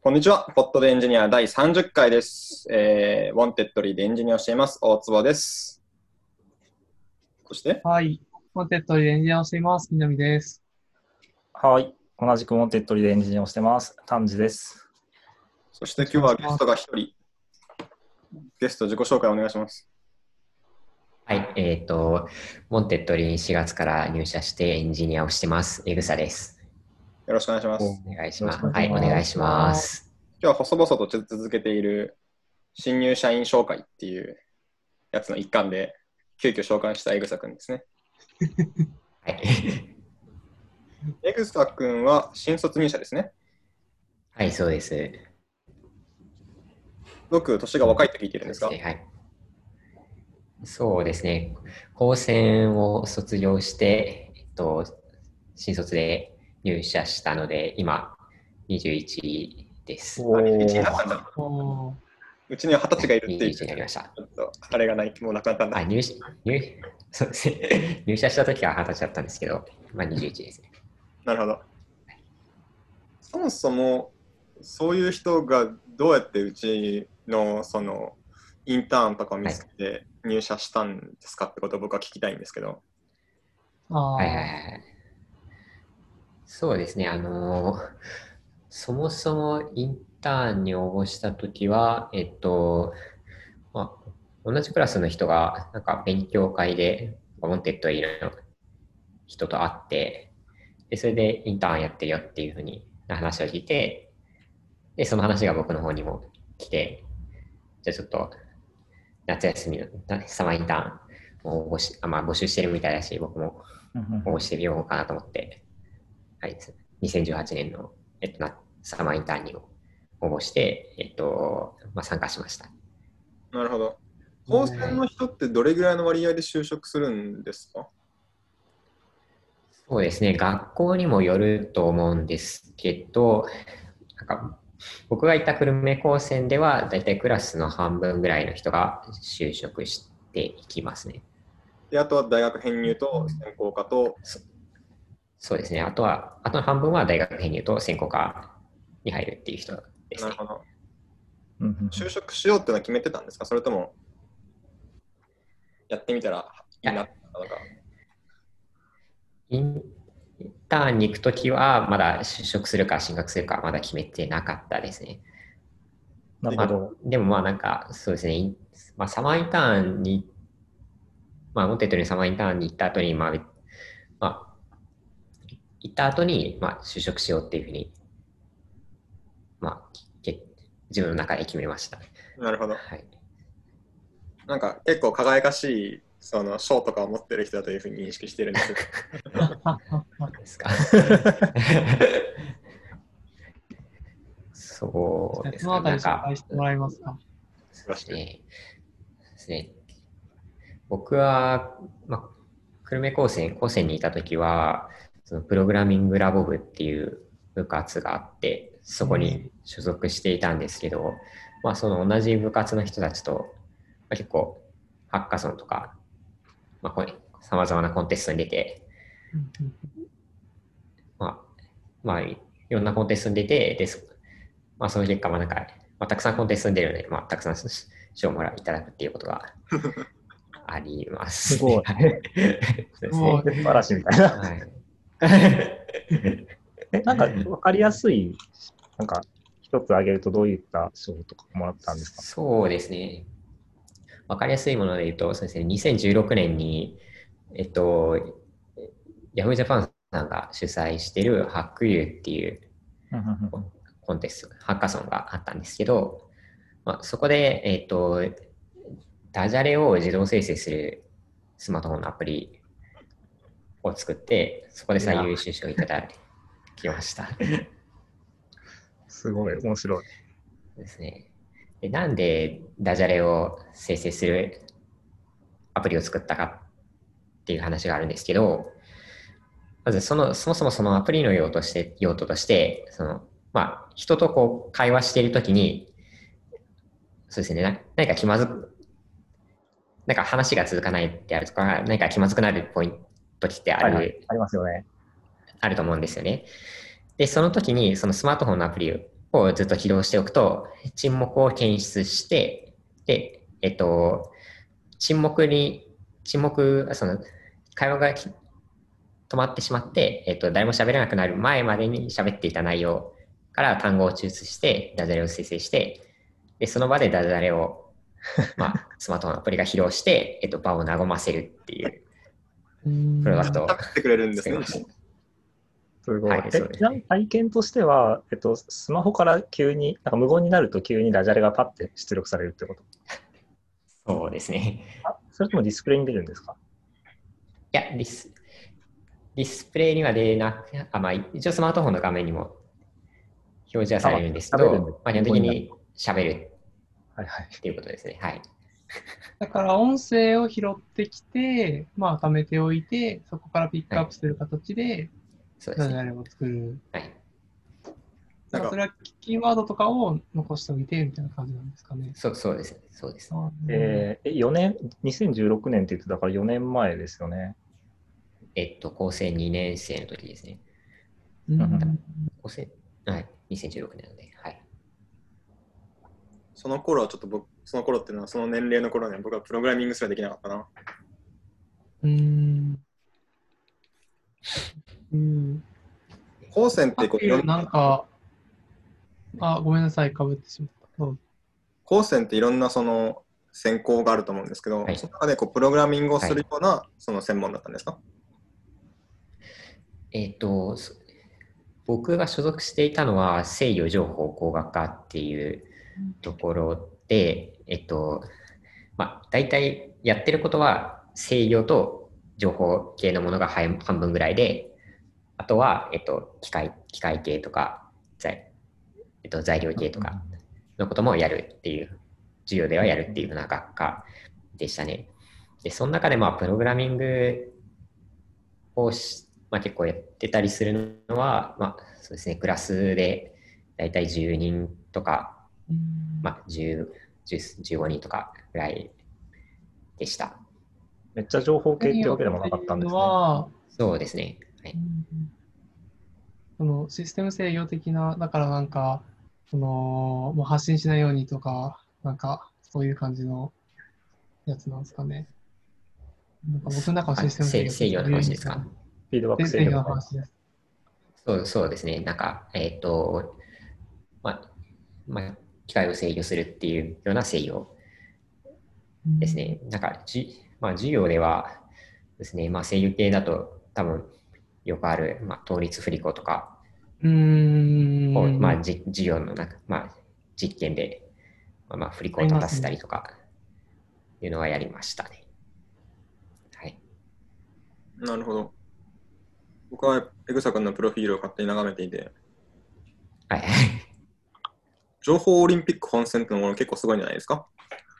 こんにちは。ポッドでエンジニア第30回です。ウォンテッドリーでエンジニアをしています。大坪です。そして、 はい。コンテンツでエンジニアをしています。南です。 はい。同じくモンテッドリでエンジニアをしてます。丹治です。 そしてよろしくお願いします。 今日はゲストが1人、ゲスト自己紹介お願いします。 はい、モンテッドリーに4月から入社してエンジニアをしてます。エグサです。 よろしくお願いします。 お願いします。 よろしくお願いしますはい、お願いします。 今日は細々と続けている新入社員紹介っていうやつの一環で、急遽紹介したエグサ君ですね。 はい、 エグサ君は新卒入社ですね。 はい、そうです。 すごく年が若いと聞いてるんですか？ はい。そうですね。高専を卒業して、新卒で入社したので、今、21です。 21になったんだ。 おーうちには20歳がいるっていう。 21になりました。 ちょっとあれがない、もうなくなったんだ。 そうですね。入社した時は20歳だったんですけど、まあ21ですね。 なるほど。そもそもそういう人がどうやってうちのそのインターンとかを見つけて入社したんですかってことを僕は聞きたいんですけど。 はいはいあはい。そうですね。そもそもインターンに応募したときは、まあ、同じクラスの人が、なんか勉強会で、ウォンテッドいる人と会って、で、それでインターンやってるよっていうふうに話を聞いて、で、その話が僕の方にも来て、じゃあちょっと、夏休みのサマーインターンを募集してるみたいだし、僕も応募してみようかなと思って、はい、2018年の、サマーインターンにも応募して、参加しました。 なるほど。高専の人ってどれぐらいの割合で就職するんですか？ そうですね、学校にもよると思うんですけど、なんか僕がいた久留米高専では、だいたいクラスの半分ぐらいの人が就職していきますね。 で、あとは大学編入と専攻科と。 そうですね、あとの半分は大学編入と専攻科に入るっていう人ですね。 なるほど。就職しようってのは決めてたんですか？それともやってみたらいいなって思ったのか。 インターンに行くときは、まだ就職するか進学するかまだ決めてなかったですね。 なるほど。 でもまあなんか、そうですね、サマーインターンに、モンテッドにサマーインターンに行った後に、行った後に、就職しようっていうふうに、自分の中で決めました。 なるほど。 はい。 なんか結構輝かしいその賞とかを持ってる人だというふうに認識してるんですけど。 ですか。そうですね。 そのあたり紹介してもらえますか？ そうですね。僕は、久留米高専にいたときは、そのプログラミングラボ部っていう部活があって、そこに所属していたんですけど、その同じ部活の人たちと、結構、ハッカソンとか、さまざまなコンテストに出て、いろんなコンテストに出て、で、その結果、たくさんコンテストに出るので、たくさん賞をいただくっていうことがあります。 すごい。 そうですね。 素晴らしいみたいな。 はい。 なんか分かりやすい、なんか一つ挙げるとどういった賞とかもらったんですか？ そうですね。分かりやすいもので言うと、そうですね、2016年に、ヤフージャパンさんが主催しているハックユーっていうコンテスト、ハッカソンがあったんですけど、そこで、ダジャレを自動生成するスマートフォンのアプリを作って、そこで最優秀賞をいただきました。 すごい、面白い。 ですね。で、なんでダジャレを生成するアプリを作ったかっていう話があるんですけど、まずそもそもそのアプリの用途として、人とこう会話しているときに、そうですね、何かなんか話が続かないであるとか、何か気まずくなる時ってありますよね。 あると思うんですよね。で、その時にそのスマートフォンのアプリをずっと起動しておくと、沈黙を検出して、で、沈黙、会話が止まってしまって、誰も喋れなくなる前までに喋っていた内容から単語を抽出して、ダジャレを生成して、で、その場でダジャレを、スマートフォンアプリが披露して、場を和ませるっていうプロダクトを喋ってくれるんですね。 作りました。 すごい。 はい、そうですちなみに体験としては、スマホから急に、なんか無言になると急にダジャレがパッて出力されるってこと？ そうですね。 それともディスプレイに出るんですか？ いや、ディスプレイには出なく、一応スマートフォンの画面にも表示はされるんですけど、基本的に喋るっていうことですね。はい。 だから音声を拾ってきて、貯めておいて、そこからピックアップする形で、ダジャレを作る。 はい。 それはキーワードとかを残しておいてみたいな感じなんですかね。 そうです。そうです。 4年、2016年って言ってたから4年前ですよね。 高専2年生の時ですね。高専、はい、2016年なので、はい。 その頃はちょっとその頃っていうのは、その年齢の頃には僕はプログラミングすらできなかったな。高専っていろんな、ごめんなさい、かぶってしまった。 高専っていろんなその専攻があると思うんですけど、はい、その中でプログラミングをするようなその専門だったんですか？ 僕が所属していたのは制御情報工学科っていうところで、大体やってることは制御と情報系のものが半分ぐらいで、あとは、機械系とか、材料系とかのこともやるっていう、授業ではやるっていうような学科でしたね。で、その中でプログラミングを結構やってたりするのは、そうですね、クラスでだいたい10人とか、15人とかぐらいでした。 めっちゃ情報系ってわけでもなかったんですね。 そうですね。はい、 そのシステム制御的な、だからなんか、もう発信しないようにとか、なんかそういう感じのやつなんですかね。なんか僕の中のシステム制御の話ですか？ フィードバック制御の話です。 そうですね。なんか、機械を制御するっていうような制御ですね。なんか授業ではですね、制御系だと多分よくある、倒立振り子とかを、授業の中、実験で、振り子を立たせたりとかいうのはやりましたね。はい。 なるほど。僕はエグサ君のプロフィールを勝手に眺めていて、 はい。 情報オリンピック本戦ってのも結構すごいんじゃないですか？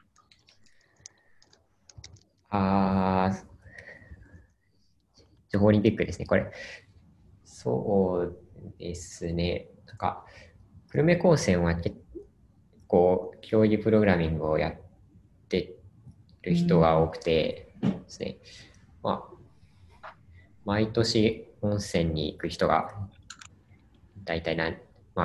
情報オリンピックですね、これ。そうですね。なんか、久留米高専は結構、競技プログラミングをやってる人が多くてですね。毎年本戦に行く人が、大体2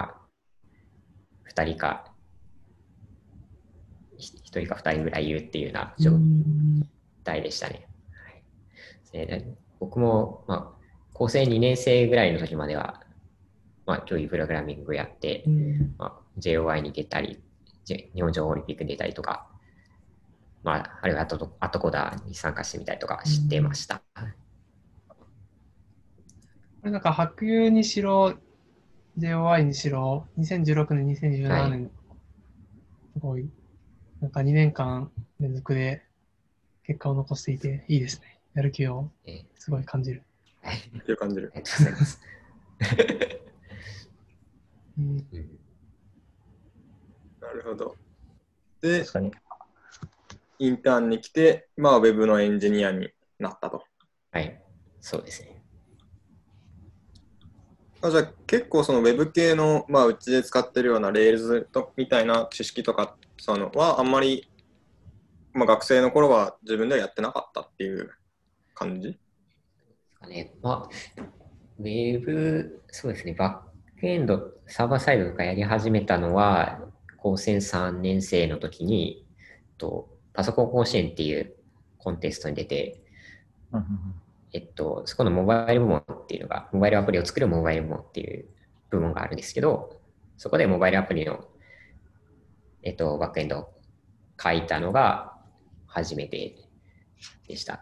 人か、1人か2人ぐらいいるっていうような状態でしたね。僕も、高専2年生ぐらいの時までは、競技プログラミングやって、JOI に出たり、日本情報オリンピックに出たりとか、あるいはアトコダに参加してみたりとか知ってました。 これなんか白油にしろ、JOI にしろ、2016年、2017年、すごい、なんか2年間連続で結果を残していて、いいですね。やる気をすごい感じる。 やる気を感じる。 ありがとうございます。 なるほど。で、インターンに来て、ウェブのエンジニアになったと。 はい、そうですね。 じゃあ結構そのウェブ系の、うちで使ってるような Rails みたいな知識とかそのはあんまり、学生の頃は自分ではやってなかったっていう感じ？ ウェブ、そうですね。 クエンド、サーバーサイドとかやり始めたのは、高専3年生の時に、パソコン甲子園っていうコンテストに出て、そこのモバイル部門っていうのが、モバイルアプリを作るモバイル部門っていう部門があるんですけど、そこでモバイルアプリの、バックエンドを書いたのが初めてでした。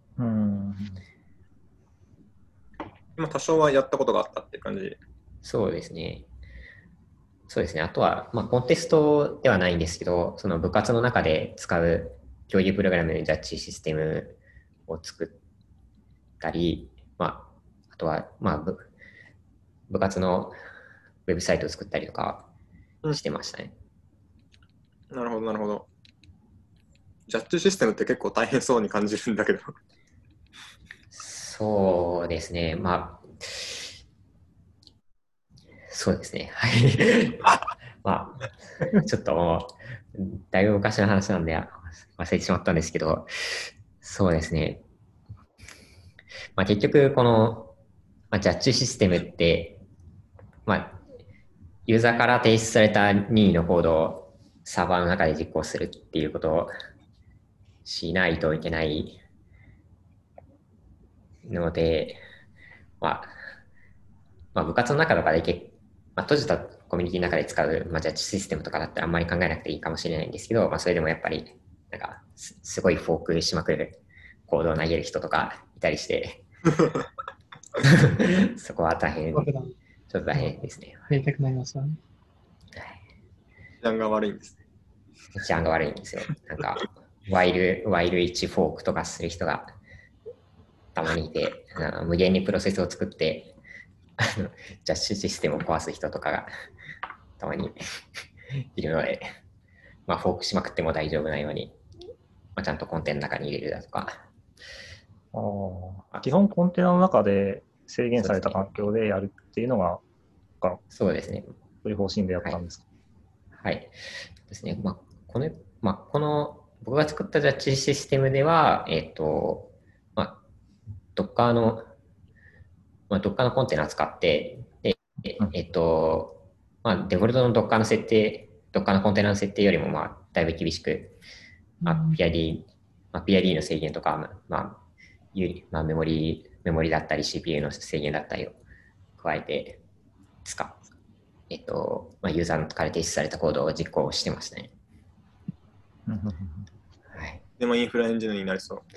今多少はやったことがあったって感じ。 そうですね。そうですね。あとは、コンテストではないんですけど、その部活の中で使う競技プログラムのジャッジシステムを作ったり、あとは、部活のウェブサイトを作ったりとかしてましたね。 なるほど、なるほど。ジャッジシステムって結構大変そうに感じるんだけど。 そうですね。そうですね。はい。ちょっともう、だいぶ昔の話なんで忘れてしまったんですけど、そうですね。結局、この、ジャッジシステムって、ユーザーから提出された任意のコードをサーバーの中で実行するっていうことをしないといけないので、部活の中とかで閉じたコミュニティの中で使う、ジャッジシステムとかだったらあんまり考えなくていいかもしれないんですけど、それでもやっぱり、すごいフォークしまくるコードを投げる人とかいたりして、そこは大変、ちょっと大変ですね。 やりたくなりますよね。 治安が悪いんですね。 治安が悪いんですよ。ワイル1フォークとかする人がたまにいて、無限にプロセスを作って、ジャッジシステムを壊す人とかがたまにいるので、フォークしまくっても大丈夫なように、ちゃんとコンテナの中に入れるだとか。 基本コンテナの中で制限された環境でやるっていうのが、 そうですね。 そういう方針でやったんですか？ はい。ですね。この僕が作ったジャッジシステムでは、Docker のコンテナを使って、で、デフォルトの Docker の設定、Docker のコンテナの設定よりも、だいぶ厳しく、PID の制限とか、メモリだったり CPU の制限だったりを加えてユーザーから提出されたコードを実行してましたね。 はい、でもインフラエンジニアになりそう。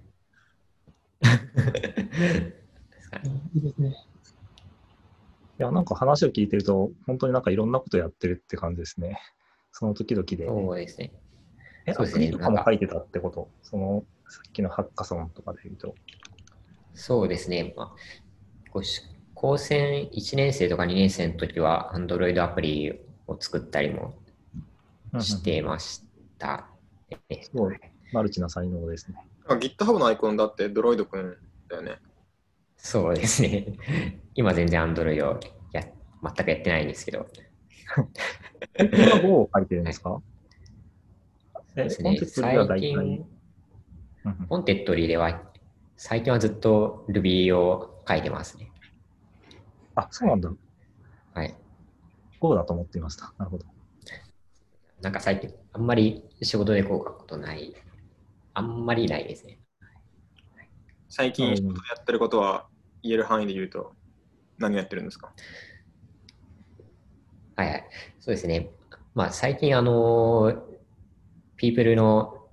いいですね。 いや、話を聞いてると、本当にいろんなことやってるって感じですね。その時々で。 そうですね。 アプリとかも書いてたってこと？さっきのハッカソンとかで言うと。 そうですね。高専1年生とか2年生の時は Android アプリを作ったりもしてました。 すごいマルチな才能ですね。 GitHub のアイコンだってドロイドくんだよね。 そうですね。今全然 Android を全くやってないんですけど。 最近は Go を書いてるんですか？ そうですね。最近、コンテッドリーでは最近はずっと Ruby を書いてますね。 そうなんだ。 はい。 Go だと思っていました。なるほど。 最近、あんまり仕事でGoを書くことない。あんまりないですね。 最近仕事でやってることは言える範囲で言うと何やってるんですか？ はいはい。そうですね。最近ピープルの、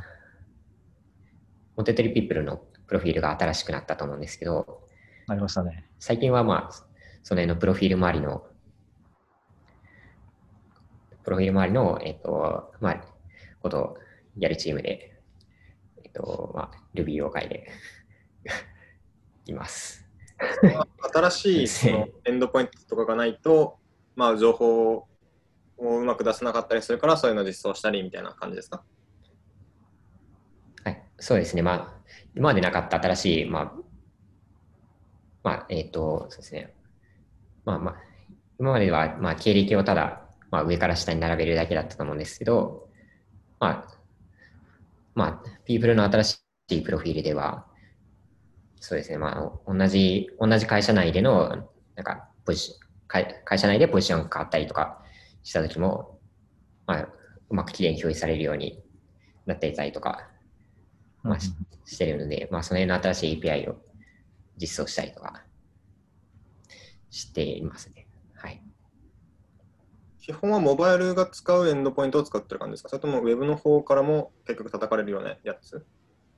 モテテリピープルのプロフィールが新しくなったと思うんですけど、 ありましたね。 最近はその辺のプロフィール周りの、ことをやるチームで、Ruby を書いています。 新しいそのエンドポイントとかがないと、情報をうまく出せなかったりするから、そういうのを実装したりみたいな感じですか？ はい、そうですね。今までなかった新しい、そうですね。今までは、経歴をただ、上から下に並べるだけだったと思うんですけど、ピープルの新しいプロフィールでは、そうですね。同じ会社内での、 会社内でポジションが変わったりとかしたときも、まあ、うまくきれいに表示されるようになっていたりとか、まあ、してるので、まあ、その辺の新しい API を実装したりとかしていますね。はい。 基本はモバイルが使うエンドポイントを使ってる感じですか？それとも Web の方からも結局叩かれるようなやつ？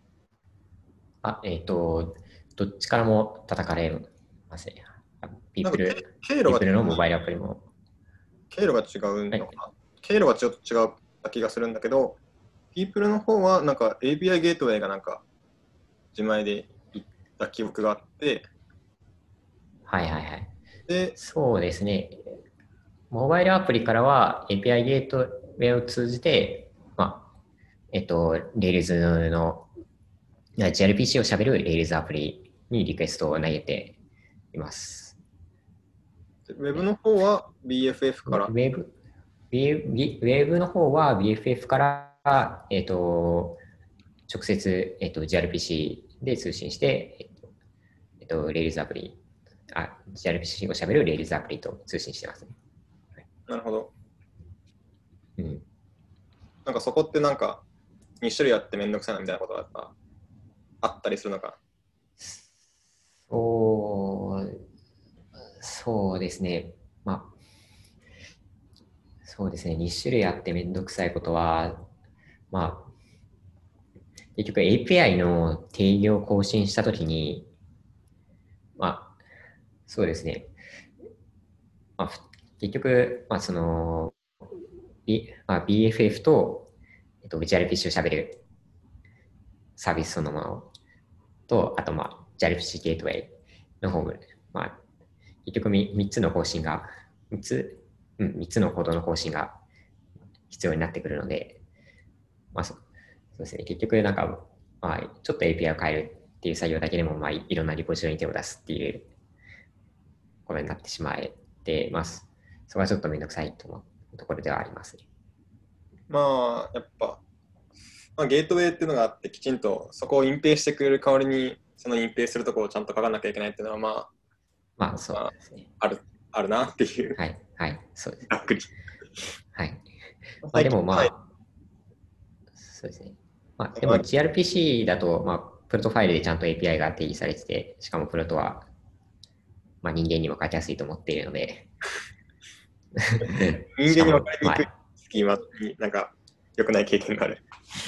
どっちからも叩かれますね。ピープルのモバイルアプリも。 経路が違うのかな、はい、経路がちょっと違った気がするんだけど、ピープルの方はなんか API ゲートウェイがなんか自前で言った記憶があって、 はいはいはい。で、そうですね。モバイルアプリからは API ゲートウェイを通じて、まあ、Rails の gRPC を喋る Rails アプリにリクエストを投げています。 Web の方は BFF から Web の方は BFF から、直接、gRPC で通信して、Rails アプリ、gRPC を喋る Rails アプリと通信してますね。 なるほど。 うん。 なんかそこってなんか2種類あってめんどくさいなみたいなことがあったりするのか？ そうですね。まあ、そうですね。2種類あってめんどくさいことは、まあ、結局 API の定義を更新したときに、まあ、そうですね。まあ、結局、まあ、その、BFF と、gRPC を喋るサービスそのものと、あと、gRPC ゲートウェイの方も、結局3つの方針が、3つのコードの方針が必要になってくるので、そうですね、結局なんか、ちょっと API を変えるっていう作業だけでも、いろんなリポジトリに手を出すっていうことになってしまえて、そこはちょっとめんどくさいと思うところではありますね。 やっぱ、ゲートウェイっていうのがあって、きちんとそこを隠蔽してくれる代わりに、その隠蔽するところをちゃんと書かなきゃいけないっていうのは、 そうですね。 あるなっていう。 はい、はい、そうです。 ざっくり。 はい。でもそうですね。でも gRPC だと、プロトファイルでちゃんと API が定義されてて、しかもプロトは、人間にも書きやすいと思っているので。 人間に分かりにくいスキーマになんか良くない経験がある。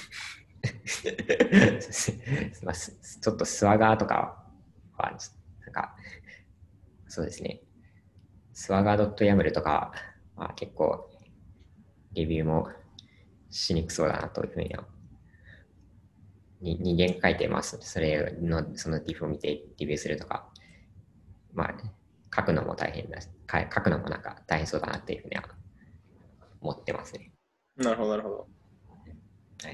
ちょっとスワガーとかは、なんか、そうですね。スワガー .yaml とかは結構レビューもしにくそうだなというふうには。人間が書いてます。そのディフを見てレビューするとか、書くのも大変だし、書くのもなんか大変そうだなっていうふうには思ってますね。 なるほど、なるほど。 はい。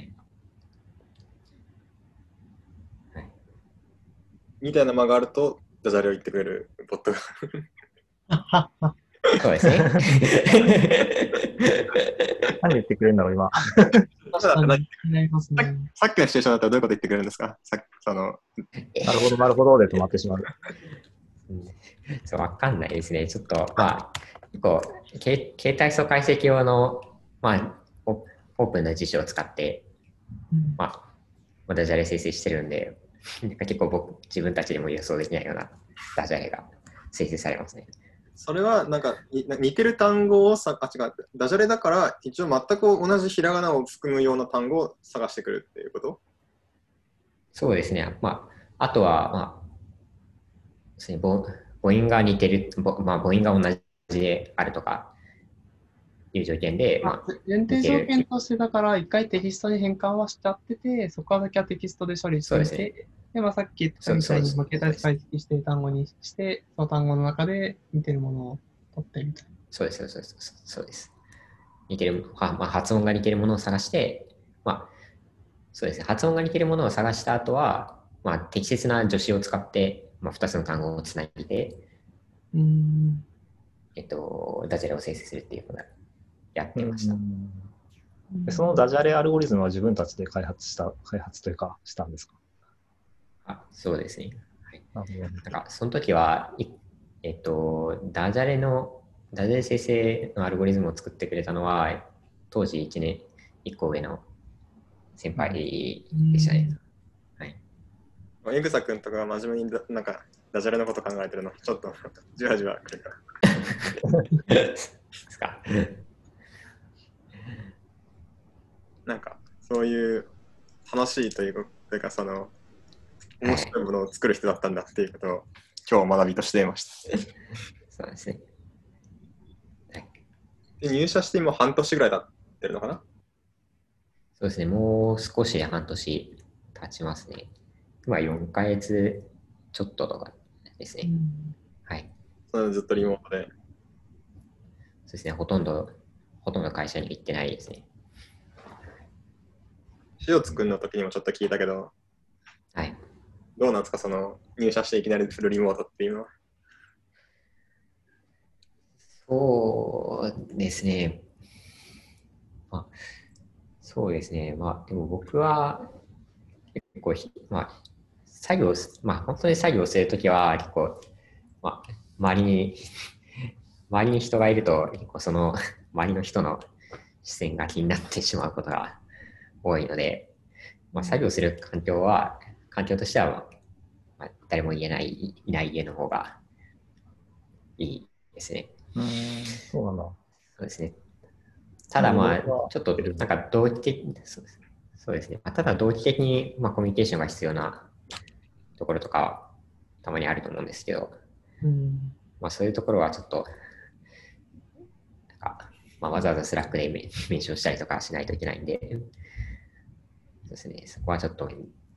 みたいな間があると、ダジャレを言ってくれるボットが。 そうですね。 何言ってくれるんだろう、今。 さっきのシチュエーションだったらどういうこと言ってくれるんですか？ なるほど、なるほどで止まってしまう。 わかんないですね。ちょっと、結構、携帯素解析用の、オープンな辞書を使って、ダジャレ生成してるんで、結構自分たちでも予想できないようなダジャレが生成されますね。 それはなんか似てる単語を違う。ダジャレだから一応全く同じひらがなを含むような単語を探してくるっていうこと？ そうですね。あとは、母音が似てる、母音が同じであるとかいう条件で、 前提条件としてだから一回テキストに変換はしちゃってて、そこだけはテキストで処理していて、で、さっき言ったみたいに、携帯解析している単語にして、その単語の中で似てるものを取ってみたいな。 そうです。似てる、発音が似てるものを探して、そうですね。発音が似てるものを探した後は、適切な助詞を使って、2つの単語をつなげて、ダジャレを生成するっていうことをやってました。 そのダジャレアルゴリズムは自分たちで開発というか、したんですか？ そうですね。はい。なんか、その時は、 ダジャレ生成のアルゴリズムを作ってくれたのは、当時1年、1個上の先輩でしたね。はい。 エグサ君とかが真面目になんかダジャレのこと考えてるの、ちょっとじわじわくるから。 ですか。 なんか、そういう楽しいというか、その、面白いものを作る人だったんだっていうことを、今日学びとしていました。 そうですね。はい、 で入社して今半年ぐらい経ってるのかな？ そうですね、もう少し半年経ちますね。今4ヶ月ちょっととかですね。はい。 そのずっとリモートで。 そうですね、ほとんど会社に行ってないですね。 塩津くんの時にもちょっと聞いたけど、 はい。 どうなんですか、その入社していきなりフルリモートっていうのは。 そうですね。そうですね。でも僕は結構本当に作業するときは結構、周りに人がいると、結構その周りの人の視線が気になってしまうことが多いので、作業する環境としては、誰もいない家の方がいいですね。 そうなんだ。 そうですね。ただちょっとなんか同期的、そうですね。ただ同期的にコミュニケーションが必要なところとかたまにあると思うんですけど、そういうところはちょっと、なんかわざわざスラックでメンションしたりとかしないといけないんで、そうですね。そこはちょっと、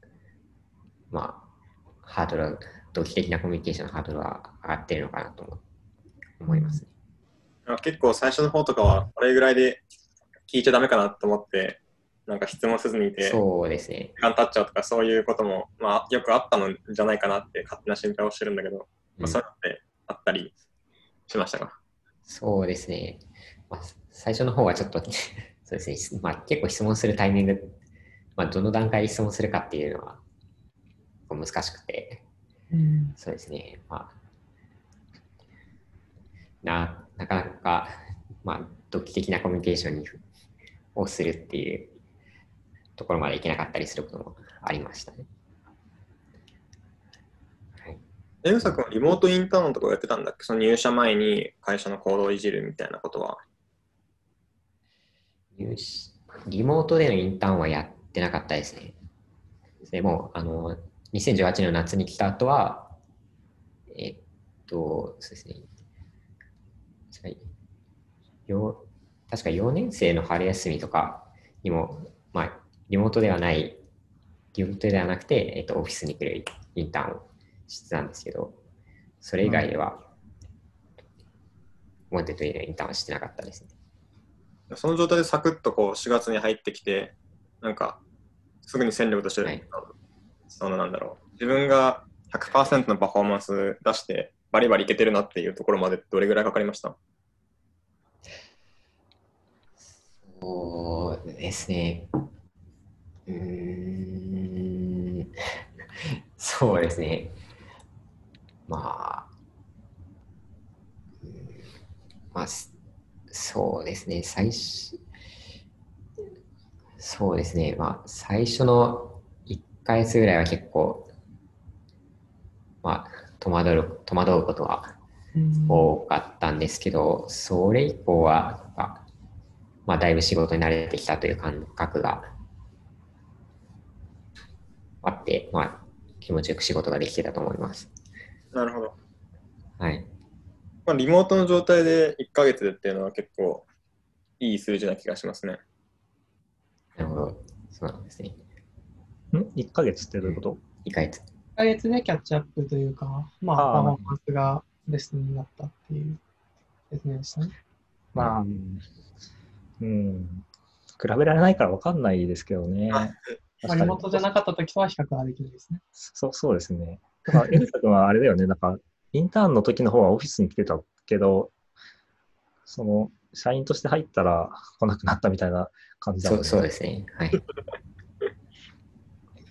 ハードル、同期的なコミュニケーションのハードルは上がっているのかなと思いますね。 結構最初の方とかは、これぐらいで聞いちゃダメかなと思って、なんか質問せずにいて、 そうですね。 時間経っちゃうとか、そういうことも、よくあったのじゃないかなって勝手な心配をしてるんだけど、そういうのってあったりしましたか？ そうですね。最初の方はちょっとそうですね。結構質問するタイミング、どの段階で質問するかっていうのは難しくて、そうですね。なかなか、同期的なコミュニケーションをするっていうところまでいけなかったりすることもありましたね。 エグサ君はリモートインターンとかやってたんだっけ？その入社前に会社の行動をいじるみたいなことは。 リモートでのインターンはやってなかったですね。でも2018年の夏に来た後は、そうですね。確か4年生の春休みとかにも、リモートではなくて、オフィスに来るインターンをしてたんですけど、それ以外では、表というインターンはしてなかったですね。 その状態でサクッと4月に入ってきて、なんか、すぐに戦力として、自分が 100% のパフォーマンス出して、バリバリいけてるなっていうところまでどれぐらいかかりました？ そうですね。そうですね。そうですね。そうですね。最初の1ヶ月ぐらいは結構、戸惑うことは多かったんですけど、それ以降は、だいぶ仕事に慣れてきたという感覚があって、気持ちよく仕事ができてたと思います。 なるほど。 はい。 リモートの状態で1ヶ月でっていうのは結構いい数字な気がしますね。 なるほど。そうなんですね。 1ヶ月ってどういうこと？ 1ヶ月。 1ヶ月でキャッチアップというか、パフォーマンスがベストになったっていう説明でしたね。 比べられないから分かんないですけどね。 リモートじゃなかったときとは比較ができるですね。 そうですね。だから、エルサ君はあれだよね。なんか、インターンの時の方はオフィスに来てたけど、社員として入ったら来なくなったみたいな感じだもんね。 そうですね。はい。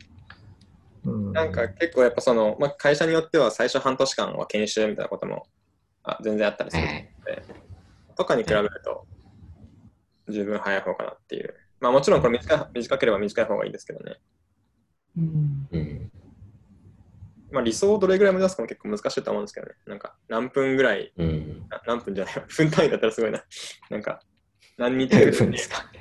なんか結構やっぱ会社によっては最初半年間は研修みたいなことも全然あったりするので、とかに比べると十分早い方かなっていう。まあもちろんこれ短ければ短い方がいいですけどね。まあ理想をどれぐらい目指すかも結構難しいと思うんですけどね。なんか何分ぐらい、何分じゃない、分単位だったらすごいな。なんか何日ぐらいで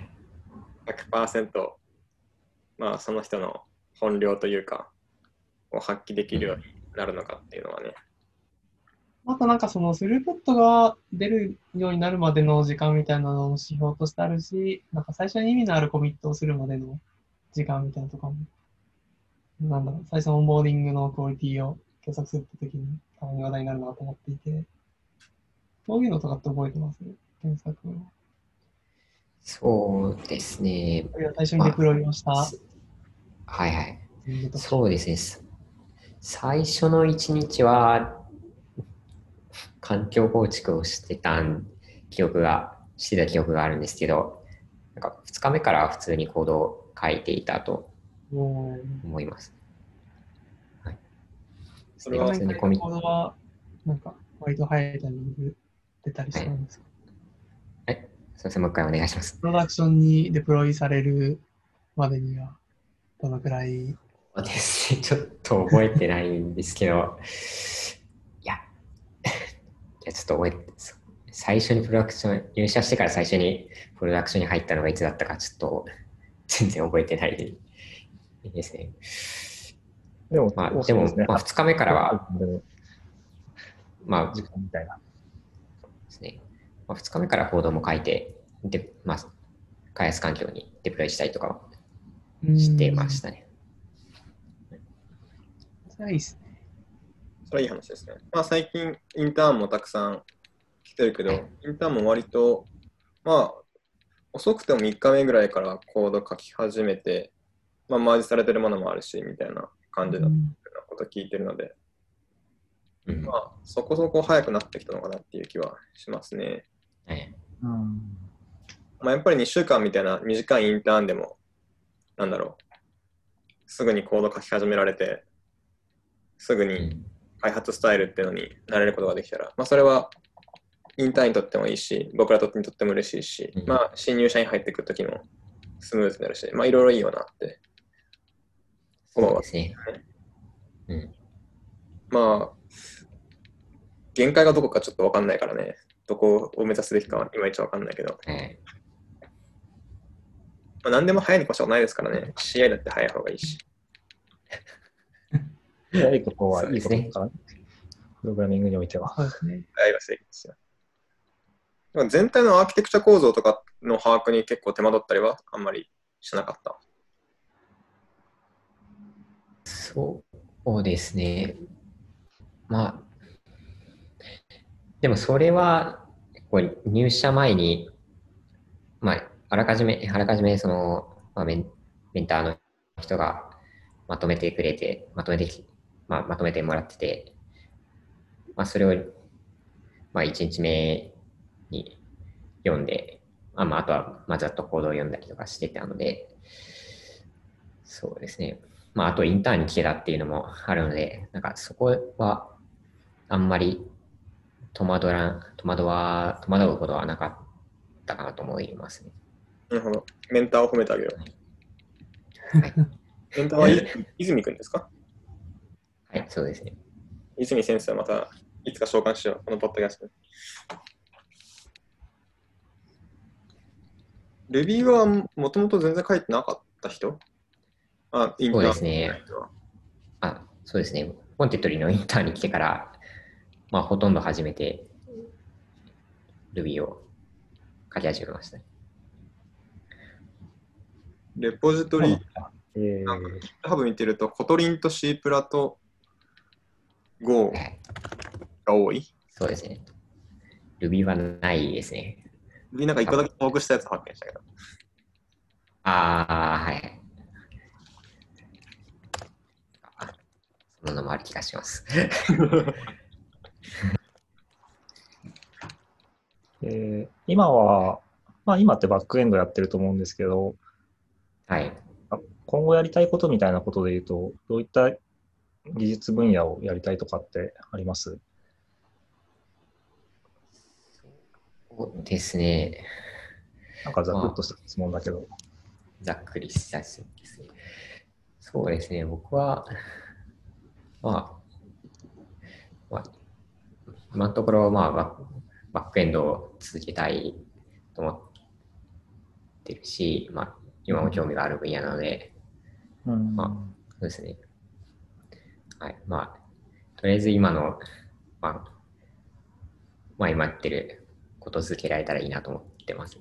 100%、まあその人の本領というか、を発揮できるようになるのかっていうのはね。 あとなんかそのスループットが出るようになるまでの時間みたいなのも指標としてあるし、なんか最初に意味のあるコミットをするまでの時間みたいなとかも、なんだろう、最初のオンボーディングのクオリティを計測するときにたまに話題になるなと思っていて、そういうのとかって覚えてます検索は。 そうですね。 最初にデプロイをした。 はいはい。そうですね。最初の1日は、環境構築をしてた記憶があるんですけど、なんか2日目からは普通にコードを書いていたと思います。はい。 それは普通にコードは、なんか割と早いタイミング出たりしたんですか？ はい。すみません、もう一回お願いします。 プロダクションにデプロイされるまでには、どのくらい？ そうですね、ちょっと覚えてないんですけど、いや、ちょっと最初にプロダクション、入社してから最初にプロダクションに入ったのがいつだったか、ちょっと全然覚えてないですね。でも、2日目からは、時間みたいな。ですね。2日目からコードも書いて、で、開発環境にデプロイしたりとかしてましたね。 それはいいですね。 それはいい話ですね。まあ最近インターンもたくさん来てるけど、インターンも割と、まあ遅くても3日目ぐらいからコード書き始めて、まあマージされてるものもあるし、みたいな感じのこと聞いてるので、まあそこそこ早くなってきたのかなっていう気はしますね。まあやっぱり2週間みたいな短いインターンでも、なんだろう、すぐにコード書き始められて、すぐに開発スタイルっていうのに慣れることができたら、まあそれはインターンにとってもいいし、僕らにとっても嬉しいし、まあ新入社員入ってくるときもスムーズになるし、まあいろいろいいよなって思うわけですね。まあ、限界がどこかちょっとわかんないからね、どこを目指すべきかはいまいちわかんないけど、まあ、何でも早いに越したことないですからね、CI だって早い方がいいし。 早いことはいいことだから、プログラミングにおいては。 そうですね。 早いが正義ですよ。でも全体のアーキテクチャ構造とかの把握に結構手間取ったりはあんまりしなかった。 そうですね。まあ、でもそれは入社前に、まあ、あらかじめその、メンターの人がまとめてくれて、まとめてもらってて、それを、1日目に読んで、あとは、ざっとコードを読んだりとかしてたので、そうですね。あとインターンに来てたっていうのもあるので、なんかそこはあんまり戸惑うことはなかったかなと思いますね。 なるほど。メンターを褒めてあげよう。はい、メンターは泉くんですか？ はい、そうですね。 泉先生はまたいつか召喚しよう、このポッドキャスト。Ruby はもともと全然書いてなかった人？ そうですね。そうですね。コンテッドリーのインターンに来てから、ほとんど初めて Ruby を書き始めましたね。 レポジトリ、GitHub 見てると、コトリンと C プラと Go が多い、 そうですね。Ruby はないですね。 Ruby なんか一個だけ登録したやつ発見したけど。 はい。そんなのもある気がします。 今は、今ってバックエンドやってると思うんですけど、 はい。 今後やりたいことみたいなことで言うと、どういった技術分野をやりたいとかってあります？ そうですね。 なんかざくっとした質問だけど。 ざっくりした質問ですね。そうですね。僕は、まあ、今のところ、バックエンドを続けたいと思ってるし、今も興味がある分野なので、そうですね。はい。とりあえず今の、今やってることを続けられたらいいなと思ってますね。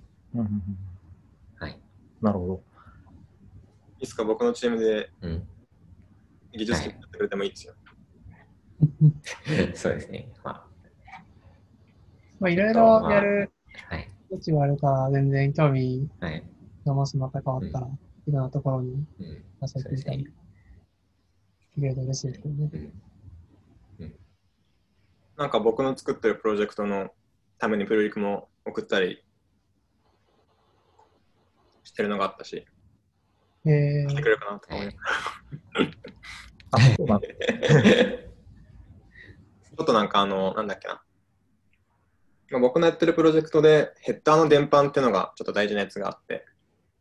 はい。 なるほど。 いつか僕のチームで技術的にやってくれてもいいですよ。 そうですね。 いろいろやる余地はあるから、全然興味がもしまた変わったら、いろんなところに出させてみたり、いろいろ嬉しいですけどね。 なんか僕の作ってるプロジェクトのためにプルリクも送ったりしてるのがあったし、してくれるかなと思います。 そうなんだ。 ちょっとなんかなんだっけな。僕のやってるプロジェクトでヘッダーの伝播っていうのがちょっと大事なやつがあって、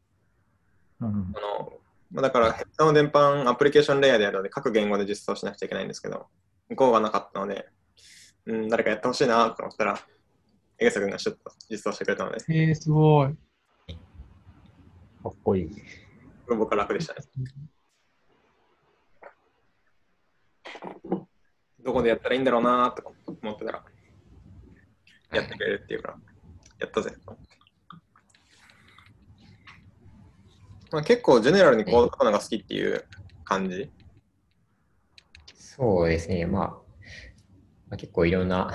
だからヘッダーの伝播アプリケーションレイヤーでやるので各言語で実装しなくちゃいけないんですけど、Go がなかったので、誰かやってほしいなと思ったら、江草君がちょっと実装してくれたので。 すごい。 かっこいい。 これ僕は楽でしたね。どこでやったらいいんだろうなと思ってたら、やってくれるっていうから、やったぜと思って。結構ジェネラルにコード書くのが好きっていう感じ。 そうですね。結構いろんな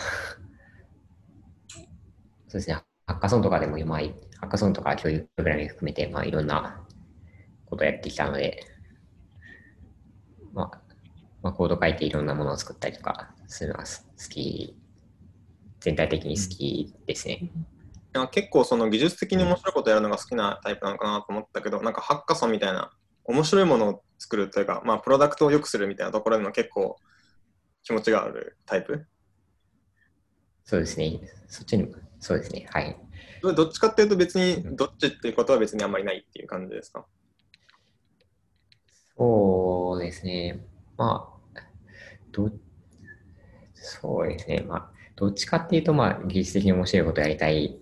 そうですね。ハッカソンとかでもハッカソンとか教育プログラミング含めて、いろんなことをやってきたので、コード書いていろんなものを作ったりとかするのは好き、全体的に好きですね。 結構その技術的に面白いことやるのが好きなタイプなのかなと思ったけど、なんかハッカソンみたいな面白いものを作るというか、プロダクトを良くするみたいなところにも結構気持ちがあるタイプ？ そうですね。そっちにも、そうですね。はい。 どっちかっていうと別に、どっちっていうことは別にあんまりないっていう感じですか？ そうですね。そうですね。どっちかっていうと、技術的に面白いことをやりたい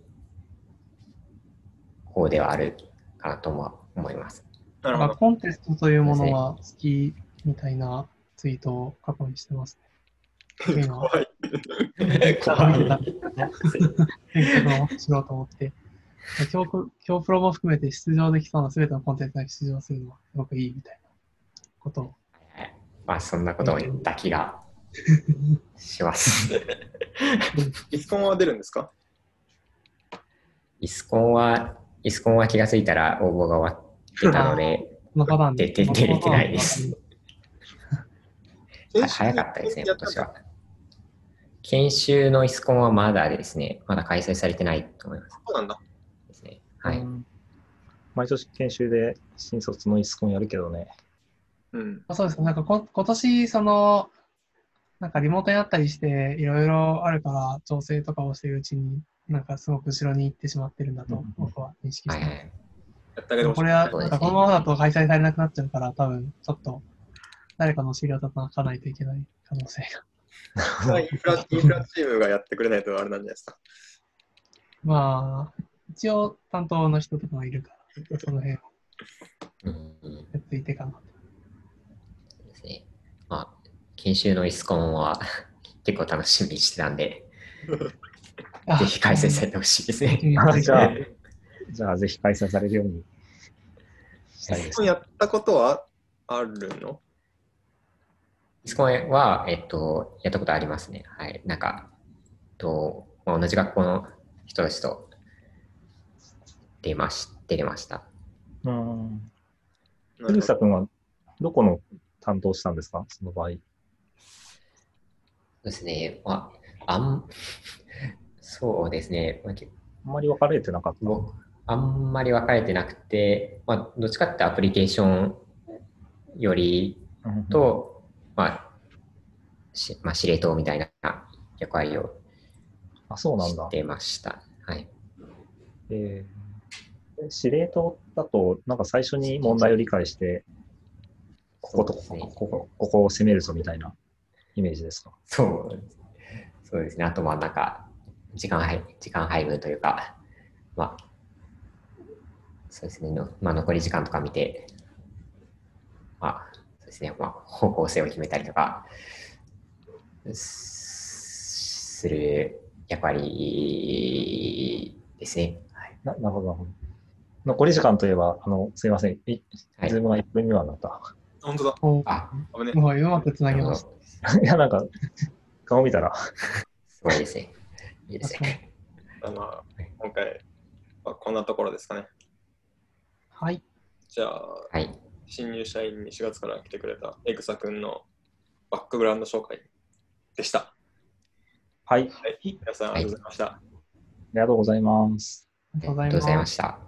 方ではあるかなと思います。 なるほど。コンテストというものは好きみたいなツイートを過去にしてますね。 怖い。 怖い。選択をしようと思って。今日プロも含めて出場できそうな全てのコンテンツに出場するのはすごくいいみたいなことを。 そんなことを言った気がします。 イスコンは出るんですか？ イスコンは気がついたら応募が終わってたので、出れてないです。早かったですね、今年は。研修のイスコンはまだですね、まだ開催されてないと思います。 そうなんだ。 ですね。はい。 毎年研修で新卒のイスコンやるけどね。 そうです。なんか今年、なんかリモートになったりして、いろいろあるから、調整とかをしているうちに、なんかすごく後ろに行ってしまってるんだと、僕は認識してます。これは、なんかこのままだと開催されなくなっちゃうから、多分、ちょっと、誰かの資料を叩かないといけない可能性が。 インフラチームがやってくれないとあれなんじゃないですか。 一応担当の人とかがいるから、その辺をやっていてかなと。 ですね。研修のイスコンは結構楽しみにしてたんで、ぜひ開催されてほしいですね。 じゃあぜひ開催されるようにしたいです。 やったことはあるの？ イスコンは、やったことありますね。はい。なんか、同じ学校の人たちと出れました。 江口君はどこの担当したんですか、その場合？ そうですね。そうですね。 あんまり分かれてなかった。 あんまり分かれてなくて、どっちかってアプリケーションよりと、司令塔みたいな役割をしてました。 はい。 司令塔だと、なんか最初に問題を理解して、こことそうですねここを攻めるぞみたいなイメージですか？ そうですね。あとまあなんか時間配分というか、まあそうですね。まあ残り時間とか見て、まあそうですね。まあ方向性を決めたりとかする役割ですね。はい。 なるほど、なるほど。残り時間といえば、すいません。 はいズームが1分にはなった。 本当だ。 おあ、 危ね。 すごい、うまくつななるほげました。 ど。 いや、なんか、顔見たら、 すごいですね。いいです確かにね。 今回はこんなところですかね。 はい。 じゃあ、 はい。 新入社員に4月から来てくれたエグサ君のバックグラウンド紹介でした。 はい。 はい、皆さんありがとうございました。 ありがとうございます。 ありがとうございありがとうございま。 ますした。